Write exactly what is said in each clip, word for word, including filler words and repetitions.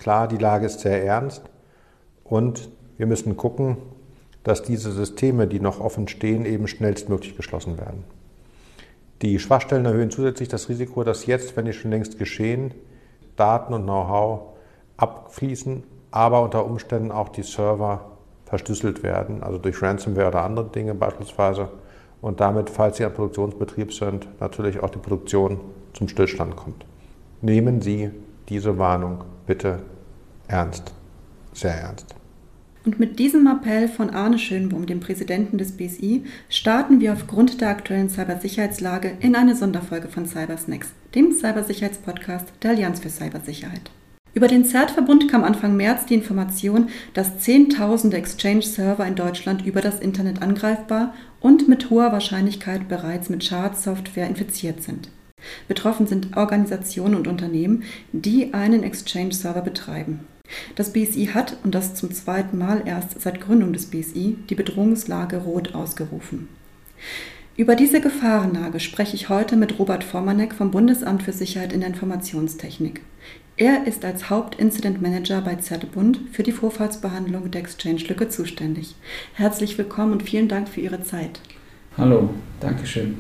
klar, die Lage ist sehr ernst und wir müssen gucken, dass diese Systeme, die noch offen stehen, eben schnellstmöglich geschlossen werden. Die Schwachstellen erhöhen zusätzlich das Risiko, dass jetzt, wenn nicht schon längst geschehen, Daten und Know-how abfließen, aber unter Umständen auch die Server verschlüsselt werden, also durch Ransomware oder andere Dinge beispielsweise. Und damit, falls Sie ein Produktionsbetrieb sind, natürlich auch die Produktion zum Stillstand kommt. Nehmen Sie diese Warnung bitte ernst, sehr ernst. Und mit diesem Appell von Arne Schönbohm, dem Präsidenten des B S I, starten wir aufgrund der aktuellen Cybersicherheitslage in eine Sonderfolge von Cybersnacks, dem Cybersicherheitspodcast der Allianz für Cybersicherheit. Über den C E R T-Verbund kam Anfang März die Information, dass Zehntausende Exchange-Server in Deutschland über das Internet angreifbar und mit hoher Wahrscheinlichkeit bereits mit Schadsoftware infiziert sind. Betroffen sind Organisationen und Unternehmen, die einen Exchange-Server betreiben. Das B S I hat, und das zum zweiten Mal erst seit Gründung des B S I, die Bedrohungslage Rot ausgerufen. Über diese Gefahrenlage spreche ich heute mit Robert Formanek vom Bundesamt für Sicherheit in der Informationstechnik. Er ist als Haupt-Incident Manager bei C E R T-Bund für die Vorfallsbehandlung der Exchange-Lücke zuständig. Herzlich willkommen und vielen Dank für Ihre Zeit. Hallo, danke schön.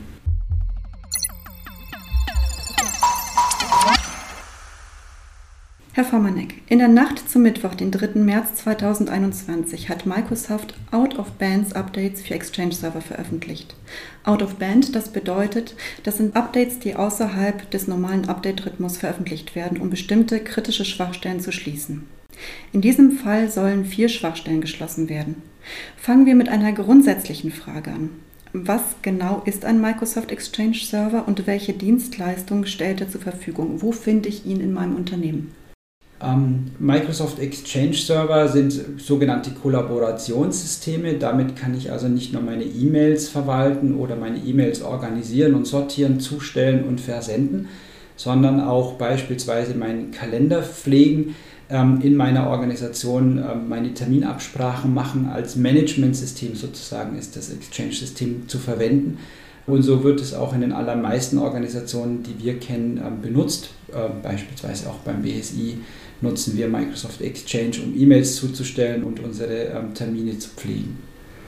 Herr Formanek, in der Nacht zum Mittwoch, den dritten März zweitausendeinundzwanzig, hat Microsoft Out-of-Bands-Updates für Exchange-Server veröffentlicht. Out-of-Band, das bedeutet, das sind Updates, die außerhalb des normalen Update-Rhythmus veröffentlicht werden, um bestimmte kritische Schwachstellen zu schließen. In diesem Fall sollen vier Schwachstellen geschlossen werden. Fangen wir mit einer grundsätzlichen Frage an. Was genau ist ein Microsoft Exchange Server und welche Dienstleistungen stellt er zur Verfügung? Wo finde ich ihn in meinem Unternehmen? Ähm, Microsoft Exchange Server sind sogenannte Kollaborationssysteme. Damit kann ich also nicht nur meine E-Mails verwalten oder meine E-Mails organisieren und sortieren, zustellen und versenden, sondern auch beispielsweise meinen Kalender pflegen, ähm, in meiner Organisation ähm, meine Terminabsprachen machen. Als Managementsystem sozusagen ist das Exchange-System zu verwenden. Und so wird es auch in den allermeisten Organisationen, die wir kennen, ähm, benutzt. Ähm, beispielsweise auch beim B S I nutzen wir Microsoft Exchange, um E-Mails zuzustellen und unsere ähm, Termine zu pflegen.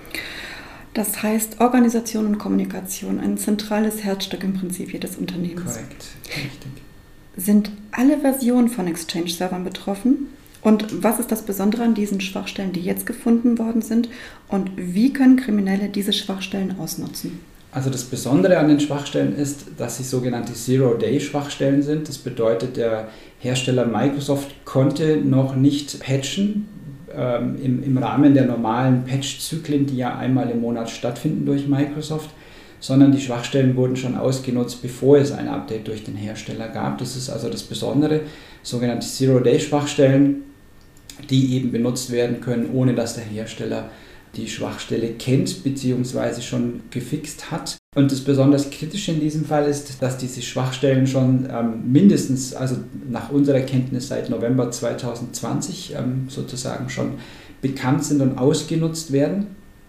Das heißt, Organisation und Kommunikation, ein zentrales Herzstück im Prinzip jedes Unternehmens. Korrekt, richtig. Sind alle Versionen von Exchange-Servern betroffen? Und was ist das Besondere an diesen Schwachstellen, die jetzt gefunden worden sind? Und wie können Kriminelle diese Schwachstellen ausnutzen? Also das Besondere an den Schwachstellen ist, dass sie sogenannte Zero-Day-Schwachstellen sind. Das bedeutet, der Hersteller Microsoft konnte noch nicht patchen ähm, im, im Rahmen der normalen Patch-Zyklen, die ja einmal im Monat stattfinden durch Microsoft, sondern die Schwachstellen wurden schon ausgenutzt, bevor es ein Update durch den Hersteller gab. Das ist also das Besondere, sogenannte Zero-Day-Schwachstellen, die eben benutzt werden können, ohne dass der Hersteller die Schwachstelle kennt bzw. schon gefixt hat. Und das besonders Kritische in diesem Fall ist, dass diese Schwachstellen schon ähm, mindestens, also nach unserer Kenntnis seit November zweitausendzwanzig ähm, sozusagen schon bekannt sind und ausgenutzt werden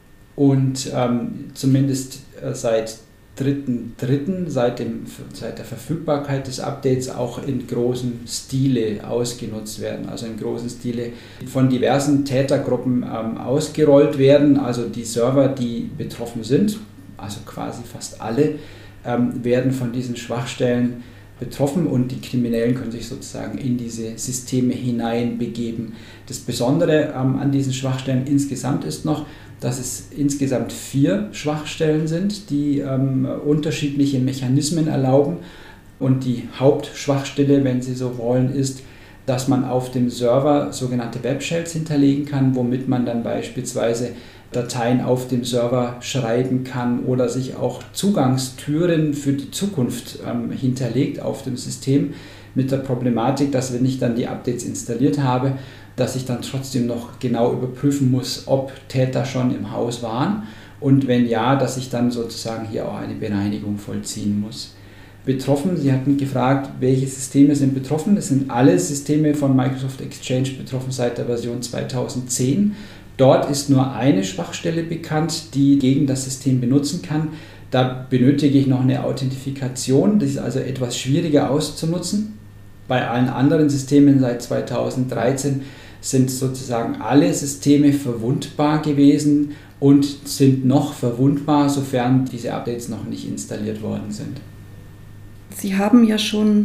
und ähm, zumindest äh, seit dritten dritten seit, dem, seit der Verfügbarkeit des Updates auch in großem Stile ausgenutzt werden, also in großem Stile von diversen Tätergruppen ähm, ausgerollt werden. Also die Server, die betroffen sind, also quasi fast alle, ähm, werden von diesen Schwachstellen betroffen und die Kriminellen können sich sozusagen in diese Systeme hineinbegeben. Das Besondere ähm, an diesen Schwachstellen insgesamt ist noch, dass es insgesamt vier Schwachstellen sind, die ähm, unterschiedliche Mechanismen erlauben. Und die Hauptschwachstelle, wenn Sie so wollen, ist, dass man auf dem Server sogenannte Web-Shells hinterlegen kann, womit man dann beispielsweise Dateien auf dem Server schreiben kann oder sich auch Zugangstüren für die Zukunft ähm, hinterlegt auf dem System, mit der Problematik, dass wenn ich dann die Updates installiert habe, dass ich dann trotzdem noch genau überprüfen muss, ob Täter schon im Haus waren und wenn ja, dass ich dann sozusagen hier auch eine Bereinigung vollziehen muss. Betroffen, Sie hatten gefragt, welche Systeme sind betroffen. Es sind alle Systeme von Microsoft Exchange betroffen seit der Version zweitausendzehn. Dort ist nur eine Schwachstelle bekannt, die gegen das System benutzen kann. Da benötige ich noch eine Authentifikation, das ist also etwas schwieriger auszunutzen. Bei allen anderen Systemen seit zweitausenddreizehn sind sozusagen alle Systeme verwundbar gewesen und sind noch verwundbar, sofern diese Updates noch nicht installiert worden sind. Sie haben ja schon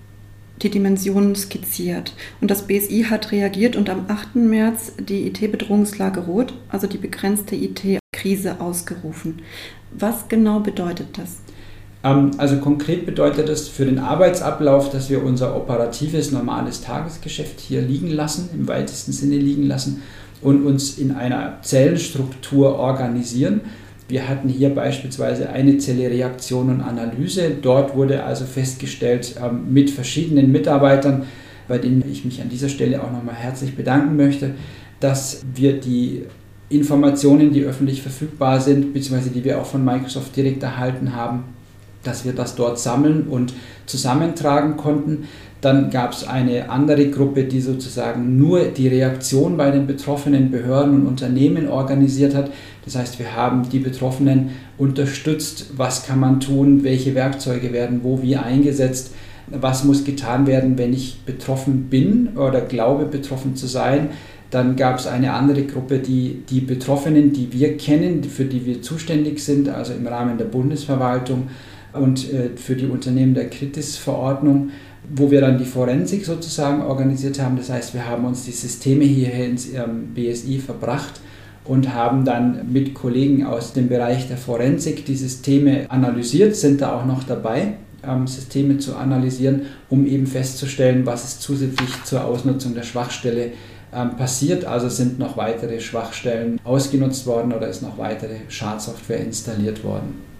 die Dimensionen skizziert und das B S I hat reagiert und am achten März die I T-Bedrohungslage Rot, also die begrenzte I T-Krise, ausgerufen. Was genau bedeutet das? Also konkret bedeutet das für den Arbeitsablauf, dass wir unser operatives, normales Tagesgeschäft hier liegen lassen, im weitesten Sinne liegen lassen und uns in einer Zellenstruktur organisieren. Wir hatten hier beispielsweise eine Zelle Reaktion und Analyse. Dort wurde also festgestellt mit verschiedenen Mitarbeitern, bei denen ich mich an dieser Stelle auch nochmal herzlich bedanken möchte, dass wir die Informationen, die öffentlich verfügbar sind, beziehungsweise die wir auch von Microsoft direkt erhalten haben, dass wir das dort sammeln und zusammentragen konnten. Dann gab es eine andere Gruppe, die sozusagen nur die Reaktion bei den betroffenen Behörden und Unternehmen organisiert hat. Das heißt, wir haben die Betroffenen unterstützt, was kann man tun, welche Werkzeuge werden wo wie eingesetzt, was muss getan werden, wenn ich betroffen bin oder glaube, betroffen zu sein. Dann gab es eine andere Gruppe, die die Betroffenen, die wir kennen, für die wir zuständig sind, also im Rahmen der Bundesverwaltung und äh, für die Unternehmen der Kritis-Verordnung, wo wir dann die Forensik sozusagen organisiert haben. Das heißt, wir haben uns die Systeme hierher ins ähm, B S I verbracht und haben dann mit Kollegen aus dem Bereich der Forensik die Systeme analysiert, sind da auch noch dabei, ähm, Systeme zu analysieren, um eben festzustellen, was ist zusätzlich zur Ausnutzung der Schwachstelle ähm, passiert. Also sind noch weitere Schwachstellen ausgenutzt worden oder ist noch weitere Schadsoftware installiert worden.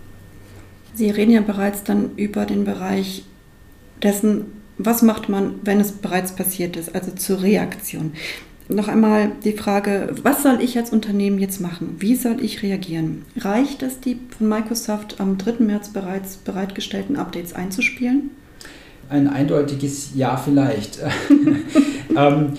Sie reden ja bereits dann über den Bereich dessen, was macht man, wenn es bereits passiert ist, also zur Reaktion. Noch einmal die Frage, was soll ich als Unternehmen jetzt machen? Wie soll ich reagieren? Reicht es, die von Microsoft am dritten März bereits bereitgestellten Updates einzuspielen? Ein eindeutiges Ja vielleicht. ähm,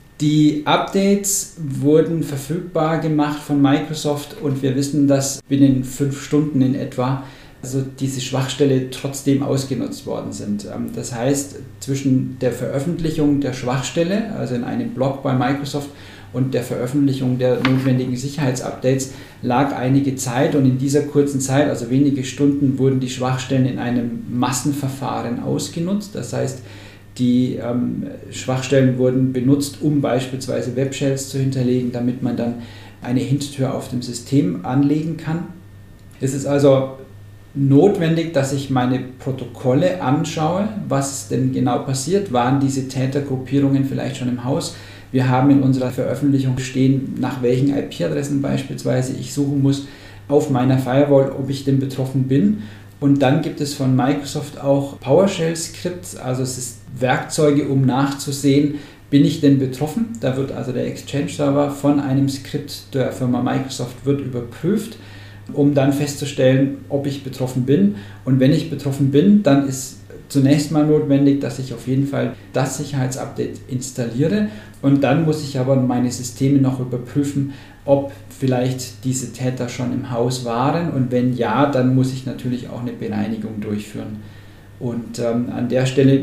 die Updates wurden verfügbar gemacht von Microsoft und wir wissen, dass binnen fünf Stunden in etwa also diese Schwachstelle trotzdem ausgenutzt worden sind. Das heißt, zwischen der Veröffentlichung der Schwachstelle, also in einem Blog bei Microsoft, und der Veröffentlichung der notwendigen Sicherheitsupdates lag einige Zeit und in dieser kurzen Zeit, also wenige Stunden, wurden die Schwachstellen in einem Massenverfahren ausgenutzt. Das heißt, die ähm, Schwachstellen wurden benutzt, um beispielsweise Webshells zu hinterlegen, damit man dann eine Hintertür auf dem System anlegen kann. Es ist also notwendig, dass ich meine Protokolle anschaue, was denn genau passiert, waren diese Tätergruppierungen vielleicht schon im Haus. Wir haben in unserer Veröffentlichung stehen, nach welchen I P-Adressen beispielsweise ich suchen muss auf meiner Firewall, ob ich denn betroffen bin. Und dann gibt es von Microsoft auch PowerShell-Skripts, also es ist Werkzeuge, um nachzusehen, bin ich denn betroffen. Da wird also der Exchange-Server von einem Skript der Firma Microsoft wird überprüft, um dann festzustellen, ob ich betroffen bin. Und wenn ich betroffen bin, dann ist zunächst mal notwendig, dass ich auf jeden Fall das Sicherheitsupdate installiere. Und dann muss ich aber meine Systeme noch überprüfen, ob vielleicht diese Täter schon im Haus waren. Und wenn ja, dann muss ich natürlich auch eine Bereinigung durchführen. Und ähm, an der Stelle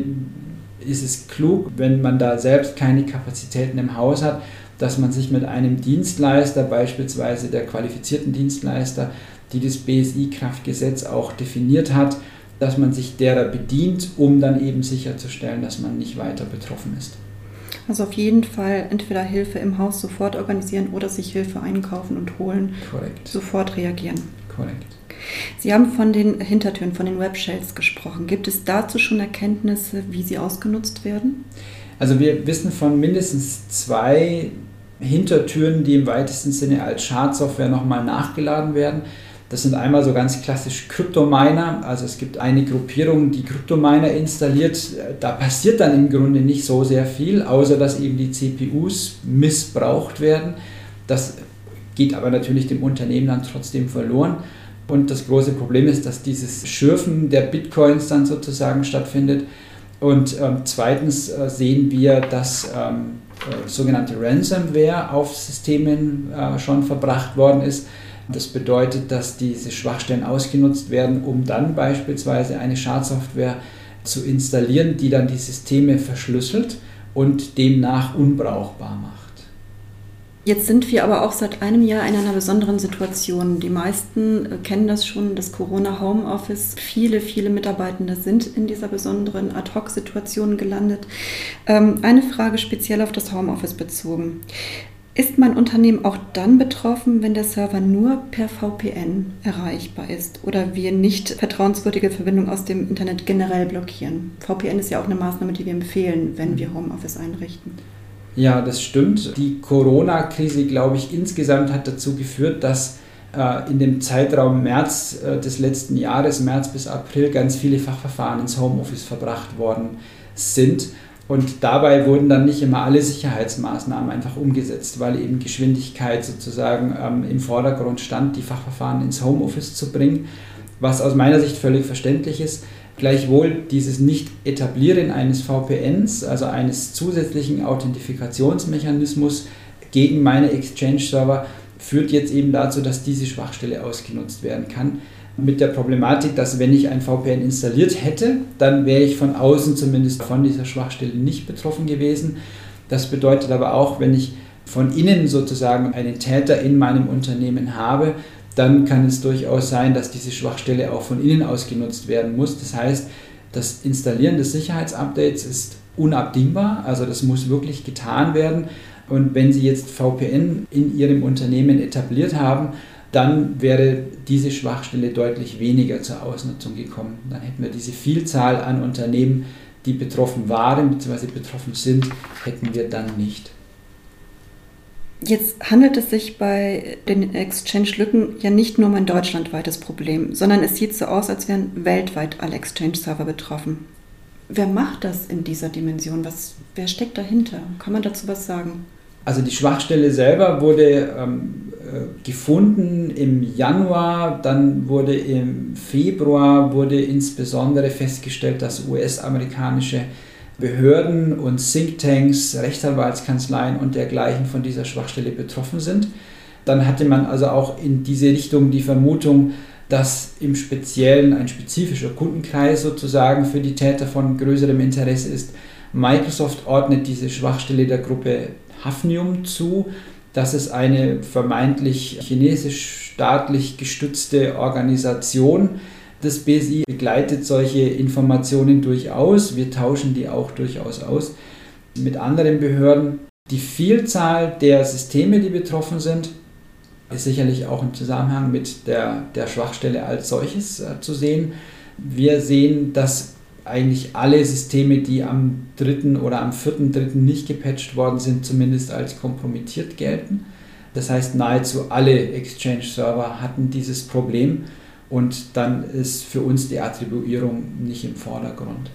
ist es klug, wenn man da selbst keine Kapazitäten im Haus hat, dass man sich mit einem Dienstleister, beispielsweise der qualifizierten Dienstleister, die das B S I-Kraftgesetz auch definiert hat, dass man sich derer bedient, um dann eben sicherzustellen, dass man nicht weiter betroffen ist. Also auf jeden Fall entweder Hilfe im Haus sofort organisieren oder sich Hilfe einkaufen und holen. Korrekt. Sofort reagieren. Korrekt. Sie haben von den Hintertüren, von den Webshells gesprochen. Gibt es dazu schon Erkenntnisse, wie sie ausgenutzt werden? Also wir wissen von mindestens zwei Hintertüren, die im weitesten Sinne als Schadsoftware nochmal nachgeladen werden. Das sind einmal so ganz klassisch Kryptominer, also es gibt eine Gruppierung, die Kryptominer installiert. Da passiert dann im Grunde nicht so sehr viel, außer dass eben die C P Us missbraucht werden. Das geht aber natürlich dem Unternehmen dann trotzdem verloren. Und das große Problem ist, dass dieses Schürfen der Bitcoins dann sozusagen stattfindet. Und ähm, zweitens äh, sehen wir, dass ähm, äh, sogenannte Ransomware auf Systemen äh, schon verbracht worden ist. Das bedeutet, dass diese Schwachstellen ausgenutzt werden, um dann beispielsweise eine Schadsoftware zu installieren, die dann die Systeme verschlüsselt und demnach unbrauchbar macht. Jetzt sind wir aber auch seit einem Jahr in einer besonderen Situation. Die meisten kennen das schon, das Corona-Homeoffice. Viele, viele Mitarbeitende sind in dieser besonderen Ad-Hoc-Situation gelandet. Ähm, eine Frage speziell auf das Homeoffice bezogen. Ist mein Unternehmen auch dann betroffen, wenn der Server nur per V P N erreichbar ist oder wir nicht vertrauenswürdige Verbindungen aus dem Internet generell blockieren? V P N ist ja auch eine Maßnahme, die wir empfehlen, wenn wir Homeoffice einrichten. Ja, das stimmt. Die Corona-Krise, glaube ich, insgesamt hat dazu geführt, dass äh, in dem Zeitraum März äh, des letzten Jahres, März bis April, ganz viele Fachverfahren ins Homeoffice verbracht worden sind. Und dabei wurden dann nicht immer alle Sicherheitsmaßnahmen einfach umgesetzt, weil eben Geschwindigkeit sozusagen ähm, im Vordergrund stand, die Fachverfahren ins Homeoffice zu bringen, was aus meiner Sicht völlig verständlich ist. Gleichwohl dieses Nicht-Etablieren eines V P Ns, also eines zusätzlichen Authentifikationsmechanismus gegen meine Exchange-Server, führt jetzt eben dazu, dass diese Schwachstelle ausgenutzt werden kann. Mit der Problematik, dass wenn ich ein V P N installiert hätte, dann wäre ich von außen zumindest von dieser Schwachstelle nicht betroffen gewesen. Das bedeutet aber auch, wenn ich von innen sozusagen einen Täter in meinem Unternehmen habe, dann kann es durchaus sein, dass diese Schwachstelle auch von innen ausgenutzt werden muss. Das heißt, das Installieren des Sicherheitsupdates ist unabdingbar, also das muss wirklich getan werden. Und wenn Sie jetzt V P N in Ihrem Unternehmen etabliert haben, dann wäre diese Schwachstelle deutlich weniger zur Ausnutzung gekommen. Dann hätten wir diese Vielzahl an Unternehmen, die betroffen waren bzw. betroffen sind, hätten wir dann nicht. Jetzt handelt es sich bei den Exchange-Lücken ja nicht nur um ein deutschlandweites Problem, sondern es sieht so aus, als wären weltweit alle Exchange-Server betroffen. Wer macht das in dieser Dimension? Was, wer steckt dahinter? Kann man dazu was sagen? Also die Schwachstelle selber wurde ähm, gefunden im Januar, dann wurde im Februar wurde insbesondere festgestellt, dass U S-amerikanische Behörden und Thinktanks, Rechtsanwaltskanzleien und dergleichen von dieser Schwachstelle betroffen sind. Dann hatte man also auch in diese Richtung die Vermutung, dass im Speziellen ein spezifischer Kundenkreis sozusagen für die Täter von größerem Interesse ist. Microsoft ordnet diese Schwachstelle der Gruppe Hafnium zu. Das ist eine vermeintlich chinesisch-staatlich gestützte Organisation. Das B S I begleitet solche Informationen durchaus. Wir tauschen die auch durchaus aus mit anderen Behörden. Die Vielzahl der Systeme, die betroffen sind, ist sicherlich auch im Zusammenhang mit der, der Schwachstelle als solches äh, zu sehen. Wir sehen, dass eigentlich alle Systeme, die am dritten oder am vierten dritten nicht gepatcht worden sind, zumindest als kompromittiert gelten. Das heißt, nahezu alle Exchange-Server hatten dieses Problem. Und dann ist für uns die Attribuierung nicht im Vordergrund.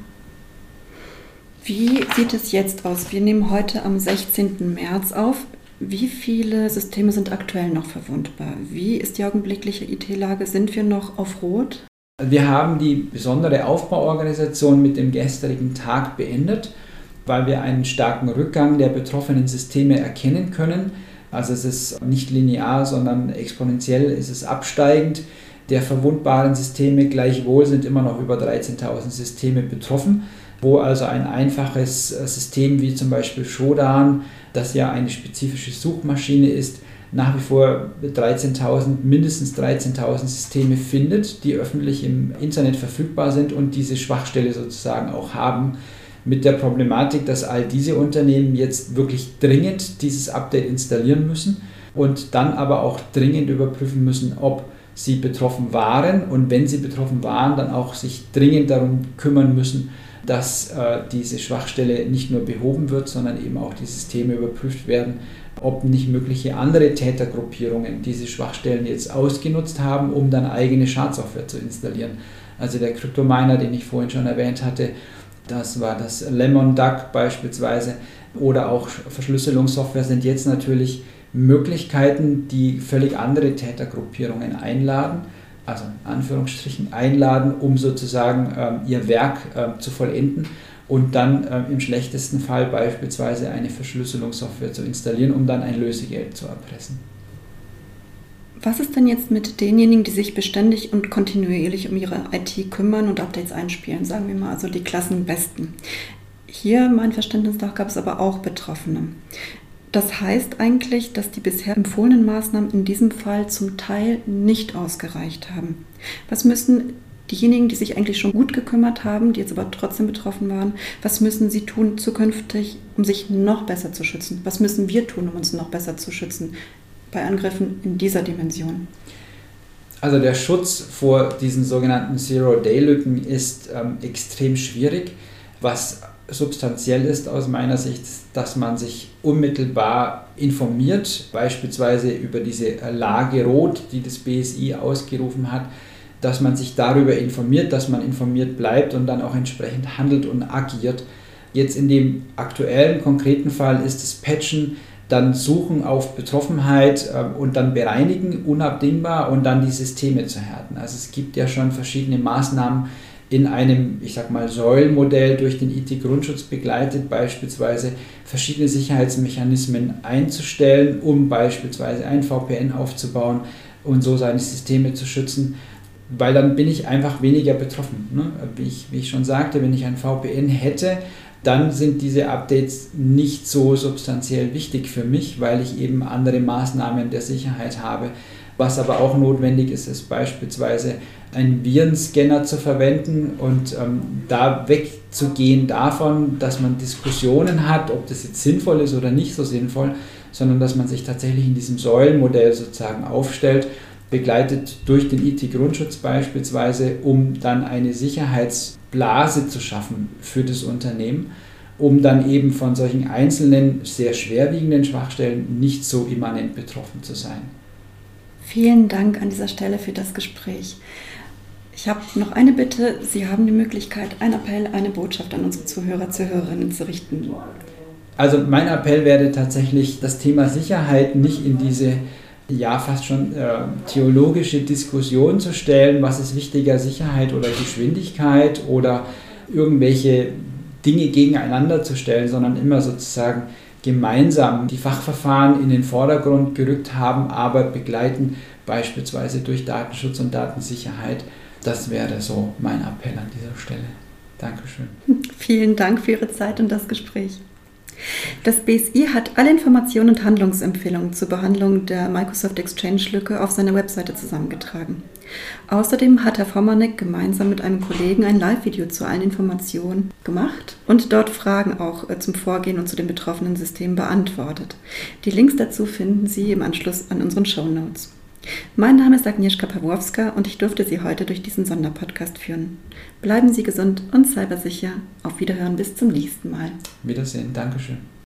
Wie sieht es jetzt aus? Wir nehmen heute am sechzehnten März auf. Wie viele Systeme sind aktuell noch verwundbar? Wie ist die augenblickliche I T-Lage? Sind wir noch auf Rot? Wir haben die besondere Aufbauorganisation mit dem gestrigen Tag beendet, weil wir einen starken Rückgang der betroffenen Systeme erkennen können. Also es ist nicht linear, sondern exponentiell ist es absteigend. Der verwundbaren Systeme, gleichwohl sind immer noch über dreizehntausend Systeme betroffen, wo also ein einfaches System wie zum Beispiel Shodan, das ja eine spezifische Suchmaschine ist, nach wie vor dreizehntausend, mindestens dreizehntausend Systeme findet, die öffentlich im Internet verfügbar sind und diese Schwachstelle sozusagen auch haben, mit der Problematik, dass all diese Unternehmen jetzt wirklich dringend dieses Update installieren müssen und dann aber auch dringend überprüfen müssen, ob sie betroffen waren und wenn sie betroffen waren, dann auch sich dringend darum kümmern müssen, dass äh, diese Schwachstelle nicht nur behoben wird, sondern eben auch die Systeme überprüft werden, ob nicht mögliche andere Tätergruppierungen diese Schwachstellen jetzt ausgenutzt haben, um dann eigene Schadsoftware zu installieren. Also der Cryptominer, den ich vorhin schon erwähnt hatte, das war das Lemon Duck beispielsweise, oder auch Verschlüsselungssoftware sind jetzt natürlich Möglichkeiten, die völlig andere Tätergruppierungen einladen, also in Anführungsstrichen einladen, um sozusagen ähm, ihr Werk ähm, zu vollenden und dann ähm, im schlechtesten Fall beispielsweise eine Verschlüsselungssoftware zu installieren, um dann ein Lösegeld zu erpressen. Was ist denn jetzt mit denjenigen, die sich beständig und kontinuierlich um ihre I T kümmern und Updates einspielen, sagen wir mal, also die Klassenbesten? Hier, mein Verständnis nach, gab es aber auch Betroffene. Das heißt eigentlich, dass die bisher empfohlenen Maßnahmen in diesem Fall zum Teil nicht ausgereicht haben. Was müssen diejenigen, die sich eigentlich schon gut gekümmert haben, die jetzt aber trotzdem betroffen waren, was müssen sie tun zukünftig, um sich noch besser zu schützen? Was müssen wir tun, um uns noch besser zu schützen bei Angriffen in dieser Dimension? Also der Schutz vor diesen sogenannten Zero-Day-Lücken ist ähm, extrem schwierig. Was substanziell ist aus meiner Sicht, dass man sich unmittelbar informiert, beispielsweise über diese Lage Rot, die das B S I ausgerufen hat, dass man sich darüber informiert, dass man informiert bleibt und dann auch entsprechend handelt und agiert. Jetzt in dem aktuellen, konkreten Fall ist das Patchen, dann Suchen auf Betroffenheit äh, und dann bereinigen, unabdingbar und dann die Systeme zu härten. Also es gibt ja schon verschiedene Maßnahmen in einem, ich sag mal, Säulenmodell durch den I T-Grundschutz begleitet, beispielsweise verschiedene Sicherheitsmechanismen einzustellen, um beispielsweise ein V P N aufzubauen und so seine Systeme zu schützen, weil dann bin ich einfach weniger betroffen. Ne? Wie ich, wie ich schon sagte, wenn ich ein V P N hätte, dann sind diese Updates nicht so substanziell wichtig für mich, weil ich eben andere Maßnahmen der Sicherheit habe. Was aber auch notwendig ist, ist beispielsweise einen Virenscanner zu verwenden und ähm, da wegzugehen davon, dass man Diskussionen hat, ob das jetzt sinnvoll ist oder nicht so sinnvoll, sondern dass man sich tatsächlich in diesem Säulenmodell sozusagen aufstellt, begleitet durch den I T-Grundschutz beispielsweise, um dann eine Sicherheitsblase zu schaffen für das Unternehmen, um dann eben von solchen einzelnen, sehr schwerwiegenden Schwachstellen nicht so immanent betroffen zu sein. Vielen Dank an dieser Stelle für das Gespräch. Ich habe noch eine Bitte. Sie haben die Möglichkeit, einen Appell, eine Botschaft an unsere Zuhörer, Zuhörerinnen zu richten. Also mein Appell wäre tatsächlich, das Thema Sicherheit nicht in diese ja fast schon äh, theologische Diskussion zu stellen, was ist wichtiger, Sicherheit oder Geschwindigkeit oder irgendwelche Dinge gegeneinander zu stellen, sondern immer sozusagen gemeinsam die Fachverfahren in den Vordergrund gerückt haben, aber begleiten beispielsweise durch Datenschutz und Datensicherheit. Das wäre so mein Appell an dieser Stelle. Dankeschön. Vielen Dank für Ihre Zeit und das Gespräch. Das B S I hat alle Informationen und Handlungsempfehlungen zur Behandlung der Microsoft Exchange-Lücke auf seiner Webseite zusammengetragen. Außerdem hat Herr Vomanek gemeinsam mit einem Kollegen ein Live-Video zu allen Informationen gemacht und dort Fragen auch zum Vorgehen und zu den betroffenen Systemen beantwortet. Die Links dazu finden Sie im Anschluss an unseren Shownotes. Mein Name ist Agnieszka Pawłowska und ich durfte Sie heute durch diesen Sonderpodcast führen. Bleiben Sie gesund und cybersicher. Auf Wiederhören bis zum nächsten Mal. Wiedersehen. Dankeschön.